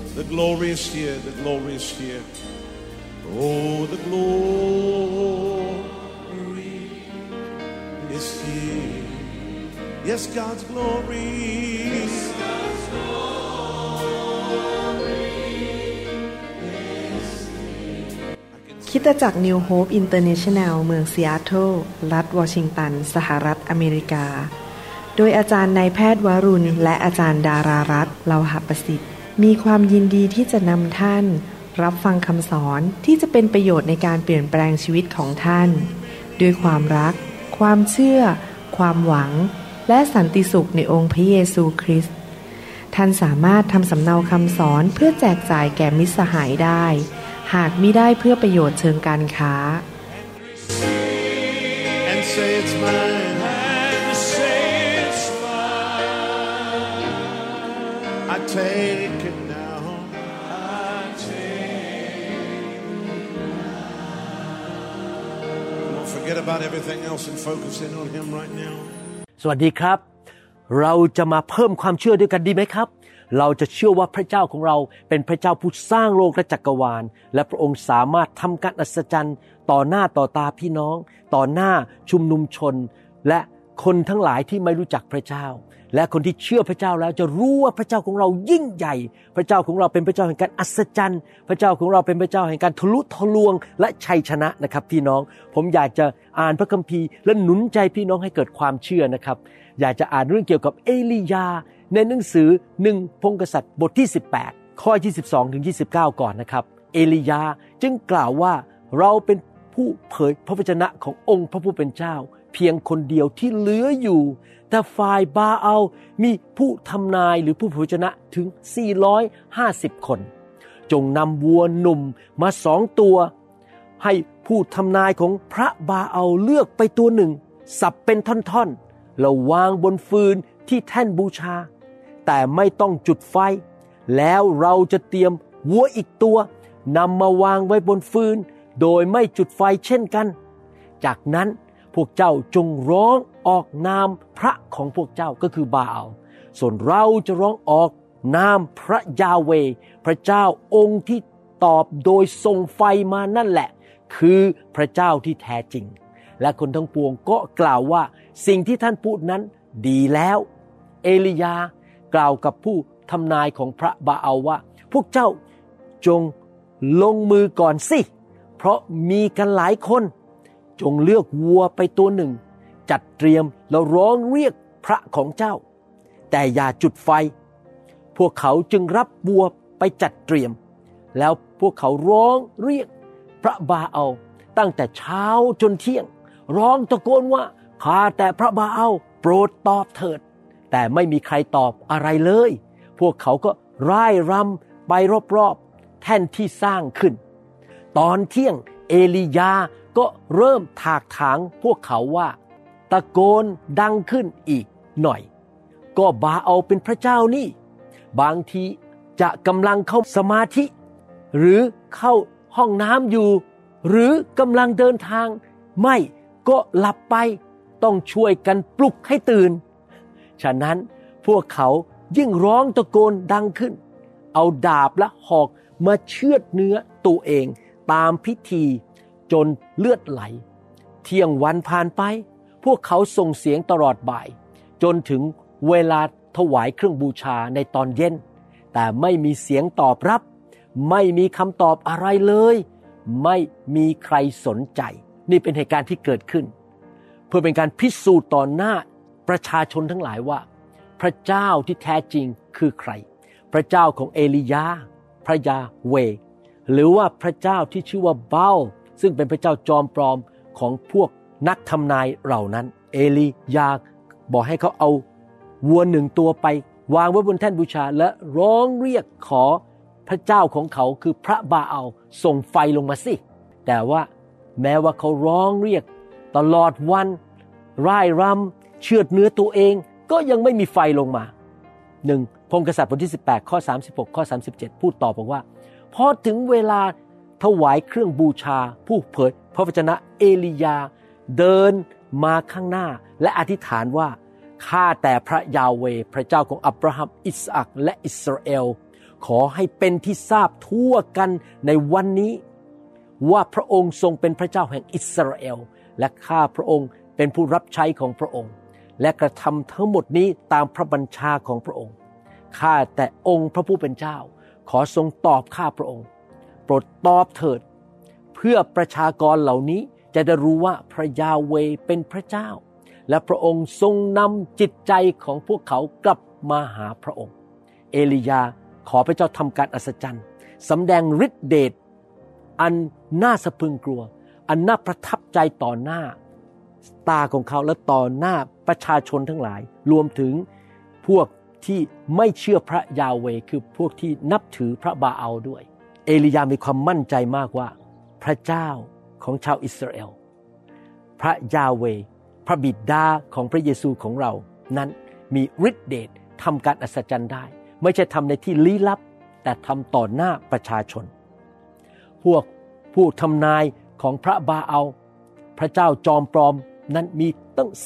The glory is here. The glory is here. Oh, the glory is here. Yes, God's glory. Yes, God's glory is here. คริสตจักร New Hope International เมืองซีแอตเทิลรัฐวอชิงตันสหรัฐอเมริกาโดยอาจารย์นายแพทย์วรุณและอาจารย์ดารารัตน์เลาหประสิทธิ์มีความยินดีที่จะนำท่านรับฟังคำสอนที่จะเป็นประโยชน์ในการเปลี่ยนแปลงชีวิตของท่านด้วยความรักความเชื่อความหวังและสันติสุขในองค์พระเยซูคริสต์ท่านสามารถทำสำเนาคำสอนเพื่อแจกจ่ายแก่มิตรสหายได้หากมิได้เพื่อประโยชน์เชิงการค้า And say it's mine. And say it's mine. I take it now. I take it now. Don't forget about everything else and focus in on Him right now. สวัสดีครับเราจะมาเพิ่มความเชื่อด้วยกันดีไหมครับเราจะเชื่อว่าพระเจ้าของเราเป็นพระเจ้าผู้สร้างโลกและจักรวาลและพระองค์สามารถทำการอัศจรรย์ต่อหน้าต่อตาพี่น้องต่อหน้าชุมนุมชนและคนทั้งหลายที่ไม่รู้จักพระเจ้าและคนที่เชื่อพระเจ้าแล้วจะรู้ว่าพระเจ้าของเรายิ่งใหญ่พระเจ้าของเราเป็นพระเจ้าแห่งการอัศจรรย์พระเจ้าของเราเป็นพระเจ้าแห่งการทะลุทะลวงและชัยชนะนะครับพี่น้องผมอยากจะอ่านพระคัมภีร์และหนุนใจพี่น้องให้เกิดความเชื่อนะครับอยากจะอ่านเรื่องเกี่ยวกับเอลียาในหนังสือ1พงศ์กษัตริย์บทที่18ข้อ22ถึง29ก่อนนะครับเอลียาจึงกล่าวว่าเราเป็นผู้เผยพระวจนะขององค์พระผู้เป็นเจ้าเพียงคนเดียวที่เหลืออยู่แต่ฝ่ายบาอัลมีผู้ทำนายหรือผู้เผยพระวจนะถึง450คนจงนำวัวหนุ่มมา2ตัวให้ผู้ทำนายของพระบาอัลเลือกไปตัวหนึ่งสับเป็นท่อนๆแล้ววางบนฟืนที่แท่นบูชาแต่ไม่ต้องจุดไฟแล้วเราจะเตรียมวัวอีกตัวนำมาวางไว้บนฟืนโดยไม่จุดไฟเช่นกันจากนั้นพวกเจ้าจงร้องออกนามพระของพวกเจ้าก็คือบาอัลส่วนเราจะร้องออกนามพระยาเวห์พระเจ้าองค์ที่ตอบโดยส่งไฟมานั่นแหละคือพระเจ้าที่แท้จริงและคนทั้งปวงก็กล่าวว่าสิ่งที่ท่านพูดนั้นดีแล้วเอลียากล่าวกับผู้ทำนายของพระบาอัลว่าพวกเจ้าจงลงมือก่อนสิเพราะมีกันหลายคนจงเลือกวัวไปตัวหนึ่งจัดเตรียมแล้วร้องเรียกพระของเจ้าแต่อย่าจุดไฟพวกเขาจึงรับวัวไปจัดเตรียมแล้วพวกเขาร้องเรียกพระบาอัลตั้งแต่เช้าจนเที่ยงร้องตะโกนว่าข้าแต่พระบาอัลโปรดตอบเถิดแต่ไม่มีใครตอบอะไรเลยพวกเขาก็ร่ายรำไปรอบๆแท่นที่สร้างขึ้นตอนเที่ยงเอลียาก็เริ่มถากถางพวกเขาว่าตะโกนดังขึ้นอีกหน่อยก็บาอัลเป็นพระเจ้านี่บางทีจะกำลังเข้าสมาธิหรือเข้าห้องน้ำอยู่หรือกำลังเดินทางไม่ก็หลับไปต้องช่วยกันปลุกให้ตื่นฉะนั้นพวกเขายิ่งร้องตะโกนดังขึ้นเอาดาบและหอกมาเชือดเนื้อตัวเองตามพิธีจนเลือดไหลเที่ยงวันผ่านไปพวกเขาส่งเสียงตลอดบ่ายจนถึงเวลาถวายเครื่องบูชาในตอนเย็นแต่ไม่มีเสียงตอบรับไม่มีคำตอบอะไรเลยไม่มีใครสนใจนี่เป็นเหตุการณ์ที่เกิดขึ้นเพื่อเป็นการพิสูจน์ต่อหน้าประชาชนทั้งหลายว่าพระเจ้าที่แท้จริงคือใครพระเจ้าของเอลียาพระยาเวห์หรือว่าพระเจ้าที่ชื่อว่าบาอัลซึ่งเป็นพระเจ้าจอมปลอมของพวกนักทำนายเหล่านั้นเอลียาบอกให้เขาเอาวัวหนึ่งตัวไปวางไว้บนแท่นบูชาและร้องเรียกขอพระเจ้าของเขาคือพระบาอัลส่งไฟลงมาสิแต่ว่าแม้ว่าเขาร้องเรียกตลอดวันร่ายรำเชือดเนื้อตัวเองก็ยังไม่มีไฟลงมา1พงศ์กษัตริย์บทที่18ข้อ36ข้อ37พูดต่อบอกว่าพอถึงเวลาถวายเครื่องบูชาผู้เผยพระวจนะเอลียาเดินมาข้างหน้าและอธิษฐานว่าข้าแต่พระยาเวห์พระเจ้าของอับราฮัมอิสอัคและอิสราเอลขอให้เป็นที่ทราบทั่วกันในวันนี้ว่าพระองค์ทรงเป็นพระเจ้าแห่งอิสราเอลและข้าพระองค์เป็นผู้รับใช้ของพระองค์และกระทำทั้งหมดนี้ตามพระบัญชาของพระองค์ข้าแต่องค์พระผู้เป็นเจ้าขอทรงตอบข้าพระองค์โปรดตอบเถิดเพื่อประชากรเหล่านี้จะได้รู้ว่าพระยาเวห์เป็นพระเจ้าและพระองค์ทรงนำจิตใจของพวกเขากลับมาหาพระองค์เอลียาขอพระเจ้าทำการอัศจรรย์สำแดงฤทธิเดชอันน่าสะพรึงกลัวอันน่าประทับใจต่อหน้าตาของเขาและต่อหน้าประชาชนทั้งหลายรวมถึงพวกที่ไม่เชื่อพระยาเวห์คือพวกที่นับถือพระบาอัลด้วยเอลียามีความมั่นใจมากว่าพระเจ้าของชาวอิสราเอลพระยาเวห์พระบิดาของพระเยซูของเรานั้นมีฤทธิเดชทำการอัศจรรย์ได้ไม่ใช่ทำในที่ลี้ลับแต่ทำต่อหน้าประชาชนพวกผู้ทำนายของพระบาอัลพระเจ้าจอมปลอมนั้นมีตั้ง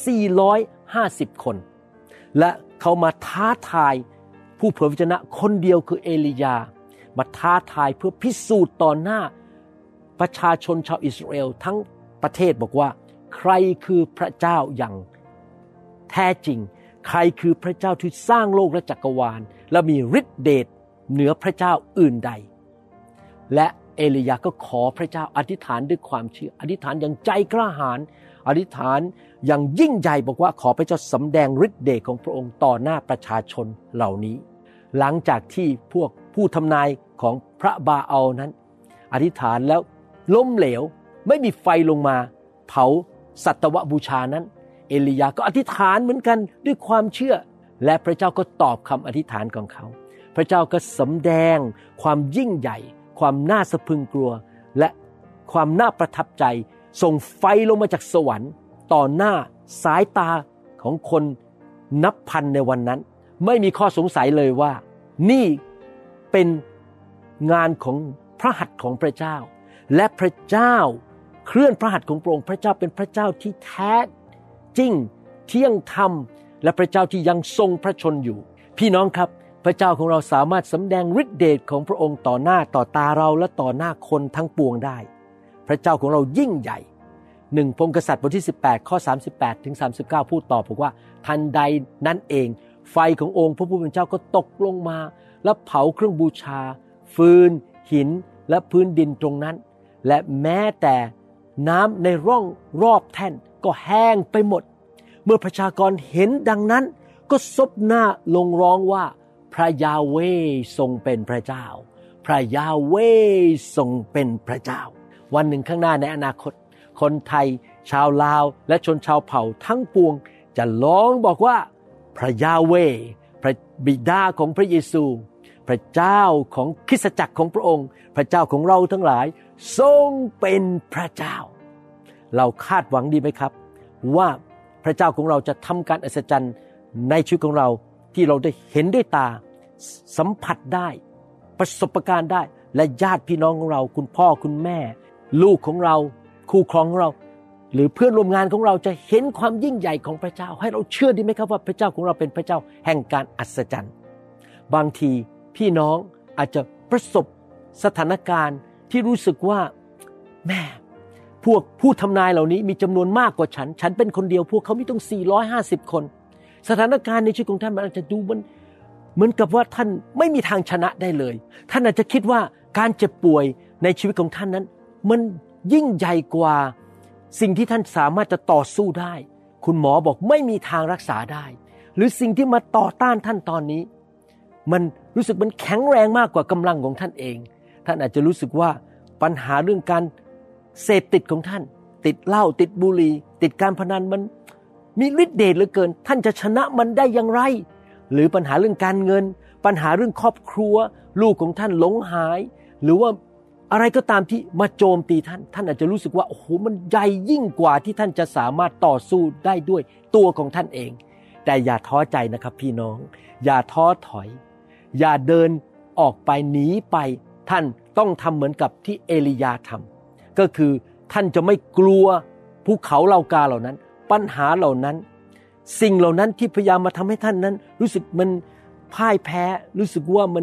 450คนและเขามาท้าทายผู้เผยพระวจนะคนเดียวคือเอลียามาท้าทายเพื่อพิสูจน์ต่อหน้าประชาชนชาวอิสราเอลทั้งประเทศบอกว่าใครคือพระเจ้าอย่างแท้จริงใครคือพระเจ้าที่สร้างโลกและจักรวาลและมีฤทธิเดชเหนือพระเจ้าอื่นใดและเอลียาก็ขอพระเจ้าอธิษฐานด้วยความเชื่ออธิษฐานอย่างใจกล้าหาญอธิษฐานอย่างยิ่งใหญ่บอกว่าขอพระเจ้าสำแดงฤทธิเดชของพระองค์ต่อหน้าประชาชนเหล่านี้หลังจากที่พวกผู้ทำนายของพระบาอัลนั้นอธิษฐานแล้วล้มเหลวไม่มีไฟลงมาเผาสัตวบูชานั้นเอลียาก็อธิษฐานเหมือนกันด้วยความเชื่อและพระเจ้าก็ตอบคำอธิษฐานของเขาพระเจ้าก็สำแดงความยิ่งใหญ่ความน่าสะพรึงกลัวและความน่าประทับใจส่งไฟลงมาจากสวรรค์ต่อหน้าสายตาของคนนับพันในวันนั้นไม่มีข้อสงสัยเลยว่านี่เป็นงานของพระหัตถ์ของพระเจ้าและพระเจ้าเคลื่อนพระหัตถ์ของพระองค์พระเจ้าเป็นพระเจ้าที่แท้จริงเที่ยงธรรมและพระเจ้าที่ยังทรงพระชนอยู่พี่น้องครับพระเจ้าของเราสามารถสำแดงฤทธิเดชของพระองค์ต่อหน้าต่อตาเราและต่อหน้าคนทั้งปวงได้พระเจ้าของเรายิ่งใหญ่1พงศ์กษัตริย์บทที่18ข้อ38ถึง39พูดต่อบอกว่าทันใดนั้นเองไฟขององค์พระผู้เป็นเจ้าก็ตกลงมาและเผาเครื่องบูชาฟืนหินและพื้นดินตรงนั้นและแม้แต่น้ำในร่องรอบแท่นก็แห้งไปหมดเมื่อประชากรเห็นดังนั้นก็ซบหน้าลงร้องว่าพระยาเวห์ทรงเป็นพระเจ้าพระยาเวห์ทรงเป็นพระเจ้าวันหนึ่งข้างหน้าในอนาคตคนไทยชาวลาวและชนชาวเผ่าทั้งปวงจะร้องบอกว่าพระยาเวห์พระบิดาของพระเยซูพระเจ้าของคริสตจักรของพระองค์พระเจ้าของเราทั้งหลายทรงเป็นพระเจ้าเราคาดหวังดีไหมครับว่าพระเจ้าของเราจะทำการอัศจรรย์ในชีวิตของเราที่เราได้เห็นด้วยตาสัมผัสได้ประสบการณ์ได้และญาติพี่น้องของเราคุณพ่อคุณแม่ลูกของเราคู่ครองของเราหรือเพื่อนร่วมงานของเราจะเห็นความยิ่งใหญ่ของพระเจ้าให้เราเชื่อดีไหมครับว่าพระเจ้าของเราเป็นพระเจ้าแห่งการอัศจรรย์บางทีพี่น้องอาจจะประสบสถานการณ์ที่รู้สึกว่าแม่พวกผู้ทำนายเหล่านี้มีจำนวนมากกว่าฉันเป็นคนเดียวพวกเขามีต้อง450คนสถานการณ์ในชีวิตของท่านมันอาจจะดูมันเหมือนกับว่าท่านไม่มีทางชนะได้เลยท่านอาจจะคิดว่าการเจ็บป่วยในชีวิตของท่านนั้นมันยิ่งใหญ่กว่าสิ่งที่ท่านสามารถจะต่อสู้ได้คุณหมอบอกไม่มีทางรักษาได้หรือสิ่งที่มาต่อต้านท่านตอนนี้มันรู้สึกมันแข็งแรงมากกว่ากำลังของท่านเองท่านอาจจะรู้สึกว่าปัญหาเรื่องการเสพติดของท่านติดเหล้าติดบุหรี่ติดการพนันมันมีฤทธิ์เดชเหลือเกินท่านจะชนะมันได้อย่างไรหรือปัญหาเรื่องการเงินปัญหาเรื่องครอบครัวลูกของท่านหลงหายหรือว่าอะไรก็ตามที่มาโจมตีท่านอาจจะรู้สึกว่าโอ้โหมันใหญ่ยิ่งกว่าที่ท่านจะสามารถต่อสู้ได้ด้วยตัวของท่านเองแต่อย่าท้อใจนะครับพี่น้องอย่าท้อถอยอย่าเดินออกไปหนีไปท่านต้องทำเหมือนกับที่เอลียาทำก็คือท่านจะไม่กลัวภูเขาเหล่ากาเหล่านั้นปัญหาเหล่านั้นสิ่งเหล่านั้นที่พยายามมาทำให้ท่านนั้นรู้สึกมันพ่ายแพ้รู้สึกว่ามัน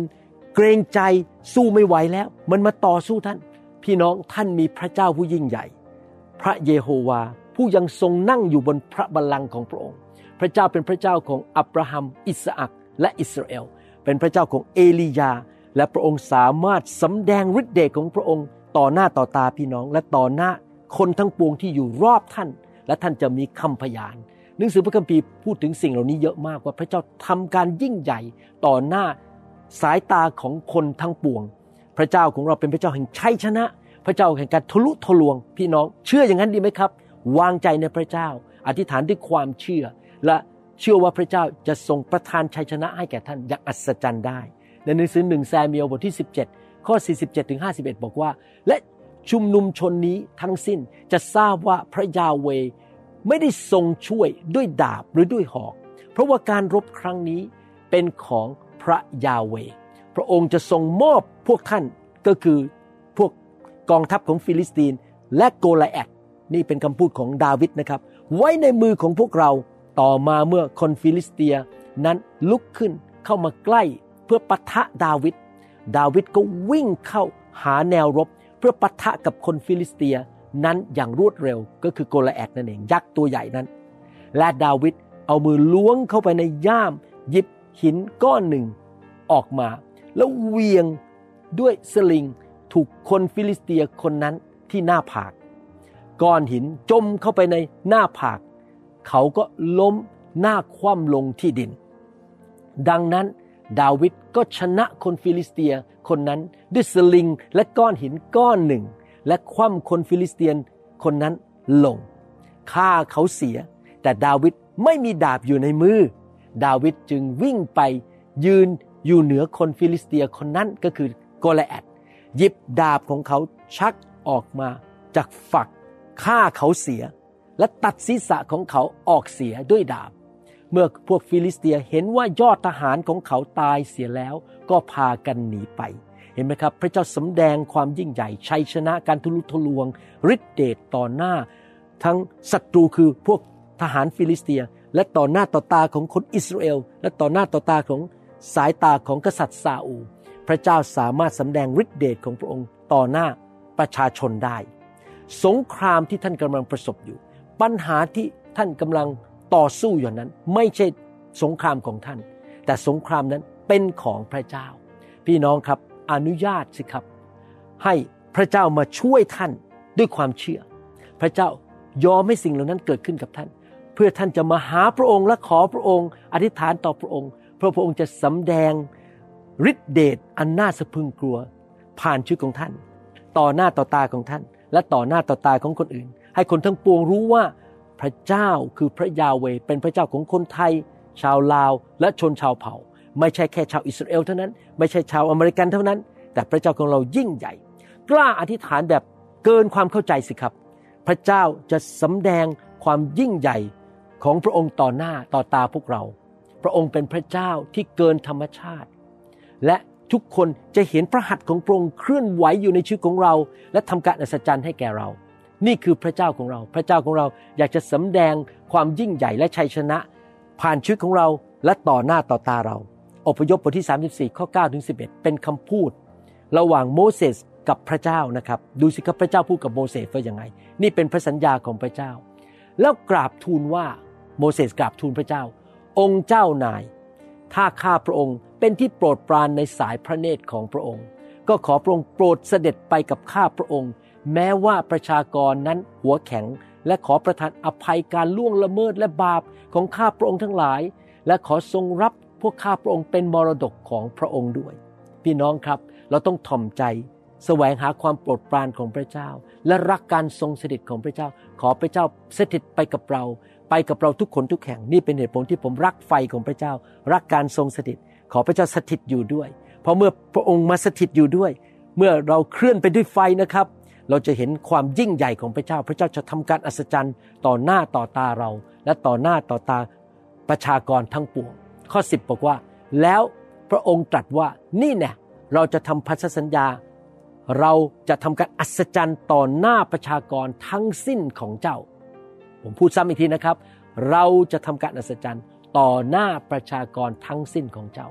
เกรงใจสู้ไม่ไหวแล้วมันมาต่อสู้ท่านพี่น้องท่านมีพระเจ้าผู้ยิ่งใหญ่พระเยโฮวาผู้ยังทรงนั่งอยู่บนพระบัลลังก์ของพระองค์พระเจ้าเป็นพระเจ้าของอับราฮัมอิสอัคและอิสราเอลเป็นพระเจ้าของเอลียาและพระองค์สามารถสำแดงฤทธิ์เดชของพระองค์ต่อหน้าต่อตาพี่น้องและต่อหน้าคนทั้งปวงที่อยู่รอบท่านและท่านจะมีคำพยานหนังสือพระคัมภีร์พูดถึงสิ่งเหล่านี้เยอะมากว่าพระเจ้าทำการยิ่งใหญ่ต่อหน้าสายตาของคนทั้งปวงพระเจ้าของเราเป็นพระเจ้าแห่งชัยชนะพระเจ้าแห่งการทะลุทะลวงพี่น้องเชื่ออย่างนั้นดีไหมครับวางใจในพระเจ้าอธิษฐานด้วยความเชื่อและเชื่อว่าพระเจ้าจะทรงประทานชัยชนะให้แก่ท่านอย่างอัศจรรย์ได้ในหนังสือ1ซามูเอลบทที่17ข้อ47ถึง51บอกว่าและชุมนุมชนนี้ทั้งสิ้นจะทราบว่าพระยาเวห์ไม่ได้ทรงช่วยด้วยดาบหรือด้วยหอกเพราะว่าการรบครั้งนี้เป็นของพระยาเวห์พระองค์จะทรงมอบพวกท่านก็คือพวกกองทัพของฟิลิสตีนและโกลิแอธนี่เป็นคำพูดของดาวิดนะครับไว้ในมือของพวกเราต่อมาเมื่อคนฟิลิสเตียนั้นลุกขึ้นเข้ามาใกล้เพื่อปะทะดาวิดก็วิ่งเข้าหาแนวรบเพื่อปะทะกับคนฟิลิสเตียนั้นอย่างรวดเร็วก็คือโกลิแอธนั่นเองยักษ์ตัวใหญ่นั้นและดาวิดเอามือล้วงเข้าไปในย่ามหยิบหินก้อนหนึ่งออกมาแล้วเหวี่ยงด้วยสลิงถูกคนฟิลิสเตียคนนั้นที่หน้าผากก้อนหินจมเข้าไปในหน้าผากเขาก็ล้มหน้าคว่ำลงที่ดินดังนั้นดาวิดก็ชนะคนฟิลิสเตียคนนั้นด้วยสลิงและก้อนหินก้อนหนึ่งและคว่ำคนฟิลิสเตียนคนนั้นลงฆ่าเขาเสียแต่ดาวิดไม่มีดาบอยู่ในมือดาวิดจึงวิ่งไปยืนอยู่เหนือคนฟิลิสเตียคนนั้นก็คือโกลิแอธหยิบดาบของเขาชักออกมาจากฝักฆ่าเขาเสียและตัดศีรษะของเขาออกเสียด้วยดาบเมื่อพวกฟิลิสเตียเห็นว่ายอดทหารของเขาตายเสียแล้วก็พากันหนีไปเห็นไหมครับพระเจ้าสำแดงความยิ่งใหญ่ชัยชนะการทะลุทะลวงฤทธิเดชต่อหน้าทั้งศัตรูคือพวกทหารฟิลิสเตียและต่อหน้าต่อตาของคนอิสราเอลและต่อหน้าต่อตาของสายตาของกษัตริย์ซาอูลพระเจ้าสามารถสำแดงฤทธิเดชของพระองค์ต่อหน้าประชาชนได้สงครามที่ท่านกำลังประสบอยู่ปัญหาที่ท่านกำลังต่อสู้อยู่นั้นไม่ใช่สงครามของท่านแต่สงครามนั้นเป็นของพระเจ้าพี่น้องครับอนุญาตสิครับให้พระเจ้ามาช่วยท่านด้วยความเชื่อพระเจ้ายอมให้สิ่งเหล่านั้นเกิดขึ้นกับท่านเพื่อท่านจะมาหาพระองค์และขอพระองค์อธิษฐานต่อพระองค์เพราะพระองค์จะสำแดงฤทธิเดชอันน่าสะพรึงกลัวผ่านชีวิตของท่านต่อหน้าต่อตาของท่านและต่อหน้าต่อตาของคนอื่นให้คนทั้งปวงรู้ว่าพระเจ้าคือพระยาเวห์เป็นพระเจ้าของคนไทยชาวลาวและชนชาวเผ่าไม่ใช่แค่ชาวอิสราเอลเท่านั้นไม่ใช่ชาวอเมริกันเท่านั้นแต่พระเจ้าของเรายิ่งใหญ่กล้าอธิษฐานแบบเกินความเข้าใจสิครับพระเจ้าจะสำแดงความยิ่งใหญ่ของพระองค์ต่อหน้าต่อตาพวกเราพระองค์เป็นพระเจ้าที่เกินธรรมชาติและทุกคนจะเห็นพระหัตถ์ของพระองค์เคลื่อนไหวอยู่ในชีวิตของเราและทำการอัศจรรย์ให้แก่เรานี่คือพระเจ้าของเราพระเจ้าของเราอยากจะสำแดงความยิ่งใหญ่และชัยชนะผ่านชีวิตของเราและต่อหน้าต่อตาเราอพยพบทที่34ข้อ9ถึง11เป็นคำพูดระหว่างโมเสสกับพระเจ้านะครับดูสิครับพระเจ้าพูดกับโมเสสว่ายังไงนี่เป็นพระสัญญาของพระเจ้าแล้วกราบทูลว่าโมเสสกราบทูลพระเจ้าองค์เจ้านายถ้าข้าพระองค์เป็นที่โปรดปรานในสายพระเนตรของพระองค์ก็ขอพระองค์โปรดเสด็จไปกับข้าพระองค์แม้ว่าประชากรนั้นหัวแข็งและขอประทานอภัยการล่วงละเมิดและบาปของข้าพระองค์ทั้งหลายและขอทรงรับพวกข้าพระองค์เป็นมรดกของพระองค์ด้วยพี่น้องครับเราต้องถ่อมใจแสวงหาความโปรดปรานของพระเจ้าและรักการทรงสถิตของพระเจ้าขอพระเจ้าสถิตไปกับเราทุกคนทุกแห่งนี่เป็นเหตุผลที่ผมรักไฟของพระเจ้ารักการทรงสถิตขอพระเจ้าสถิตอยู่ด้วยเพราะเมื่อพระองค์มาสถิตอยู่ด้วยเมื่อเราเคลื่อนไปด้วยไฟนะครับเราจะเห็นความยิ่งใหญ่ของพระเจ้าพระเจ้าจะทำการอัศจรรย์ต่อหน้าต่อตาเราและต่อหน้าต่อตาประชากรทั้งปวงข้อ10บอกว่าแล้วพระองค์ตรัสว่านี่แน่เราจะทำพันธสัญญาเราจะทำการอัศจรรย์ต่อหน้าประชากรทั้งสิ้นของเจ้าผมพูดซ้ำอีกทีนะครับเราจะทำการอัศจรรย์ต่อหน้าประชากรทั้งสิ้นของเจ้า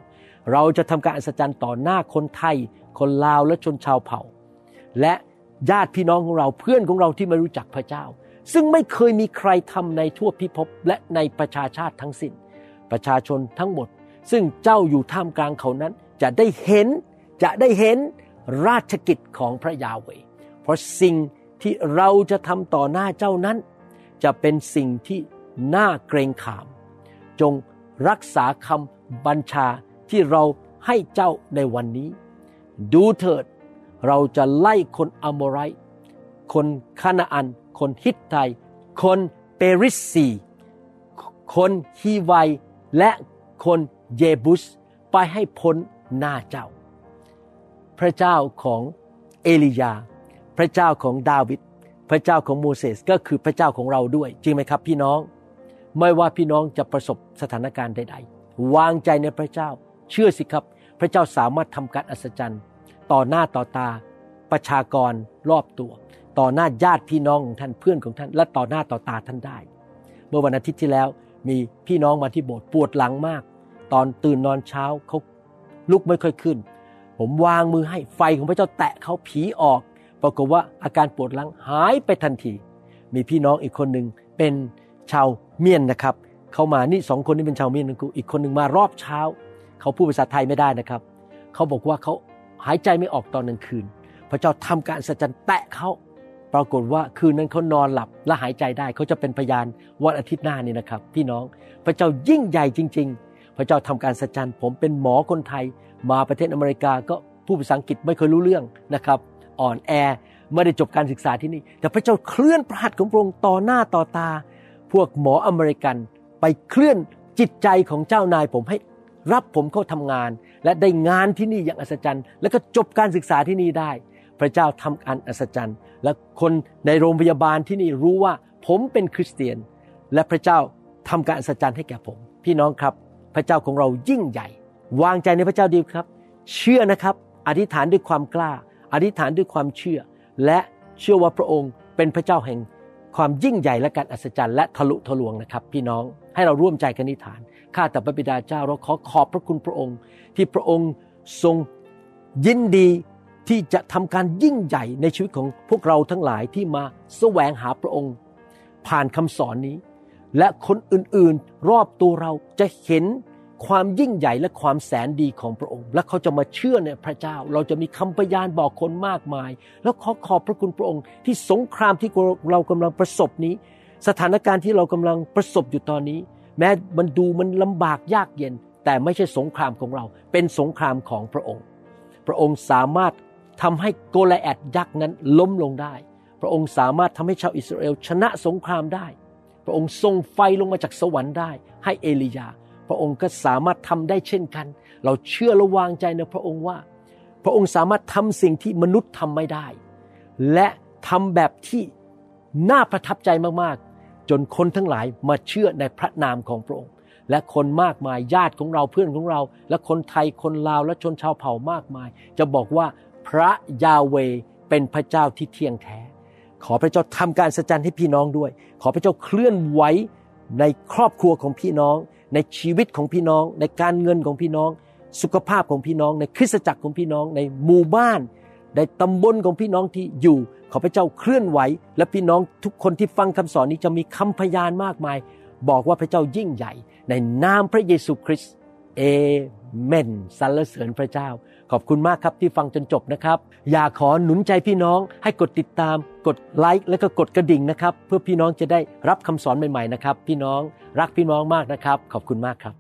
เราจะทำการอัศจรรย์ต่อหน้าคนไทยคนลาวและชนชาวเผ่าและญาติพี่น้องของเราเพื่อนของเราที่ไม่รู้จักพระเจ้าซึ่งไม่เคยมีใครทำในทั่วพิภพและในประชาชาติทั้งสิ้นประชาชนทั้งหมดซึ่งเจ้าอยู่ท่ามกลางเขานั้นจะได้เห็นราชกิจของพระยาเวห์เพราะสิ่งที่เราจะทำต่อหน้าเจ้านั้นจะเป็นสิ่งที่น่าเกรงขามจงรักษาคำบัญชาที่เราให้เจ้าในวันนี้ดูเถิดเราจะไล่คนอัมโมไรต์คนคานาอันคนฮิตไทคนเปริสซีคนฮีไวและคนเยบุสไปให้พ้นหน้าเจ้าพระเจ้าของเอลียาพระเจ้าของดาวิดพระเจ้าของโมเสสก็คือพระเจ้าของเราด้วยจริงไหมครับพี่น้องไม่ว่าพี่น้องจะประสบสถานการณ์ใดๆวางใจในพระเจ้าเชื่อสิครับพระเจ้าสามารถทำการอัศจรรย์ต่อหน้าต่อตาประชากรรอบตัวต่อหน้าญาติพี่น้องของท่านเพื่อนของท่านและต่อหน้าต่อตาท่านได้เมื่อวันอาทิตย์ที่แล้วมีพี่น้องมาที่โบสถ์ปวดหลังมากตอนตื่นนอนเช้าเขาลุกไม่ค่อยขึ้นผมวางมือให้ไฟของพระเจ้าแตะเขาผีออกปรากฏว่าอาการปวดหลังหายไปทันทีมีพี่น้องอีกคนนึงเป็นชาวเมียนนะครับเขามานี่2คนนี้เป็นชาวเมียนนะครูอีกคนนึงมารอบเช้าเขาพูดภาษาไทยไม่ได้นะครับเขาบอกว่าเขาหายใจไม่ออกตอนกลางคืนพระเจ้าทำการอัศจรรย์แตะเขาปรากฏว่าคืนนั้นเขานอนหลับและหายใจได้เขาจะเป็นพยานวันอาทิตย์หน้านี่นะครับพี่น้องพระเจ้ายิ่งใหญ่จริงๆพระเจ้าทำการอัศจรรย์ผมเป็นหมอคนไทยมาประเทศอเมริกาก็พูดภาษาอังกฤษไม่เคยรู้เรื่องนะครับอ่อนแอไม่ได้จบการศึกษาที่นี่แต่พระเจ้าเคลื่อนพระหัตถ์ของพระองค์ต่อหน้าต่อตาพวกหมออเมริกันไปเคลื่อนจิตใจของเจ้านายผมให้รับผมเข้าทำงานและได้งานที่นี่อย่างอัศจรรย์แล้วก็จบการศึกษาที่นี่ได้พระเจ้าทำการอัศจรรย์และคนในโรงพยาบาลที่นี่รู้ว่าผมเป็นคริสเตียนและพระเจ้าทำการอัศจรรย์ให้แก่ผมพี่น้องครับพระเจ้าของเรายิ่งใหญ่วางใจในพระเจ้าดีครับเชื่อนะครับอธิษฐานด้วยความกล้าอธิษฐานด้วยความเชื่อและเชื่อว่าพระองค์เป็นพระเจ้าแห่งความยิ่งใหญ่และการอัศจรรย์และทะลุทะลวงนะครับพี่น้องให้เราร่วมใจกันอธิษฐานข้าแต่พระบิดาเจ้าเราขอบพระคุณพระองค์ที่พระองค์ทรงยินดีที่จะทำการยิ่งใหญ่ในชีวิตของพวกเราทั้งหลายที่มาแสวงหาพระองค์ผ่านคำสอนนี้และคนอื่นๆรอบตัวเราจะเห็นความยิ่งใหญ่และความแสนดีของพระองค์และเขาจะมาเชื่อในพระเจ้าเราจะมีคำพยานบอกคนมากมายแล้วขอบพระคุณพระองค์ที่สงครามที่เรากำลังประสบนี้สถานการณ์ที่เรากำลังประสบอยู่ตอนนี้แม้มันลำบากยากเย็นแต่ไม่ใช่สงครามของเราเป็นสงครามของพระองค์พระองค์สามารถทำให้โกลิแอธยักษ์นั้นล้มลงได้พระองค์สามารถทำให้ชาวอิสราเอลชนะสงครามได้พระองค์ส่งไฟลงมาจากสวรรค์ได้ให้เอลียาพระองค์ก็สามารถทำได้เช่นกันเราเชื่อและวางใจในพระองค์ว่าพระองค์สามารถทำสิ่งที่มนุษย์ทำไม่ได้และทำแบบที่น่าประทับใจมากๆจนคนทั้งหลายมาเชื่อในพระนามของพระองค์และคนมากมายญาติของเราเพื่อนของเราและคนไทยคนลาวและชนชาวเผ่ามากมายจะบอกว่าพระยาเวห์เป็นพระเจ้าที่เที่ยงแท้ขอพระเจ้าทำการอัศจรรย์ให้พี่น้องด้วยขอพระเจ้าเคลื่อนไหวในครอบครัวของพี่น้องในชีวิตของพี่น้องในการเงินของพี่น้องสุขภาพของพี่น้องในคริสตจักรของพี่น้องในหมู่บ้านในตำบลของพี่น้องที่อยู่ขอพระเจ้าเคลื่อนไหวและพี่น้องทุกคนที่ฟังคำสอนนี้จะมีคำพยานมากมายบอกว่าพระเจ้ายิ่งใหญ่ในนามพระเยซูคริสต์เอเมนสรรเสริญพระเจ้าขอบคุณมากครับที่ฟังจนจบนะครับอยากขอหนุนใจพี่น้องให้กดติดตามกดไลค์และก็กดกระดิ่งนะครับเพื่อพี่น้องจะได้รับคำสอนใหม่ๆนะครับพี่น้องรักพี่น้องมากนะครับขอบคุณมากครับ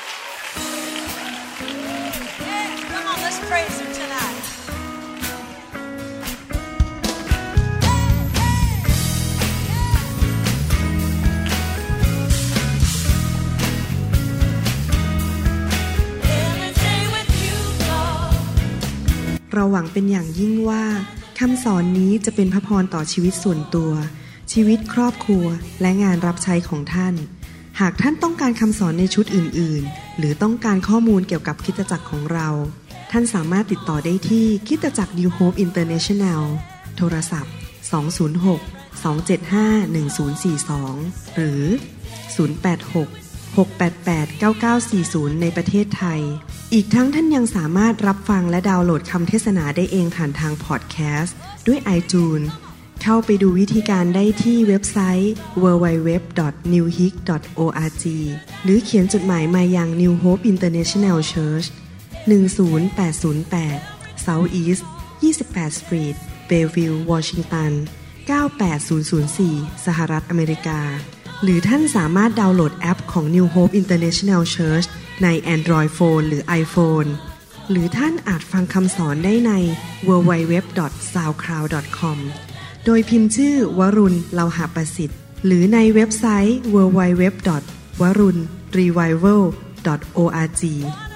Come on, let's praise him tonight. เราหวังเป็นอย่างยิ่งว่าคำสอนนี้จะเป็นพระพรต่อชีวิตส่วนตัวชีวิตครอบครัวและงานรับใช้ของท่านหากท่านต้องการคำสอนในชุดอื่นๆหรือต้องการข้อมูลเกี่ยวกับคริสตจักรของเราท่านสามารถติดต่อได้ที่คริสตจักร New Hope International โทรศัพท์206 275 1042หรือ086 688-9940 ในประเทศไทยอีกทั้งท่านยังสามารถรับฟังและดาวน์โหลดคำเทศนาได้เองผ่านทางพอดแคสต์ด้วย iTunes เข้าไปดูวิธีการได้ที่เว็บไซต์ www.newhope.org หรือเขียนจดหมายมายัง New Hope International Church 10808 South East 28 Street Bellevue Washington 98004 สหรัฐอเมริกาหรือท่านสามารถดาวน์โหลดแอปของ New Hope International Church ใน Android Phone หรือ iPhone หรือท่านอาจฟังคำสอนได้ใน www.soundcloud.com โดยพิมพ์ชื่อวรุณ เลาหะประสิทธิ์หรือในเว็บไซต์ www.warunrevival.org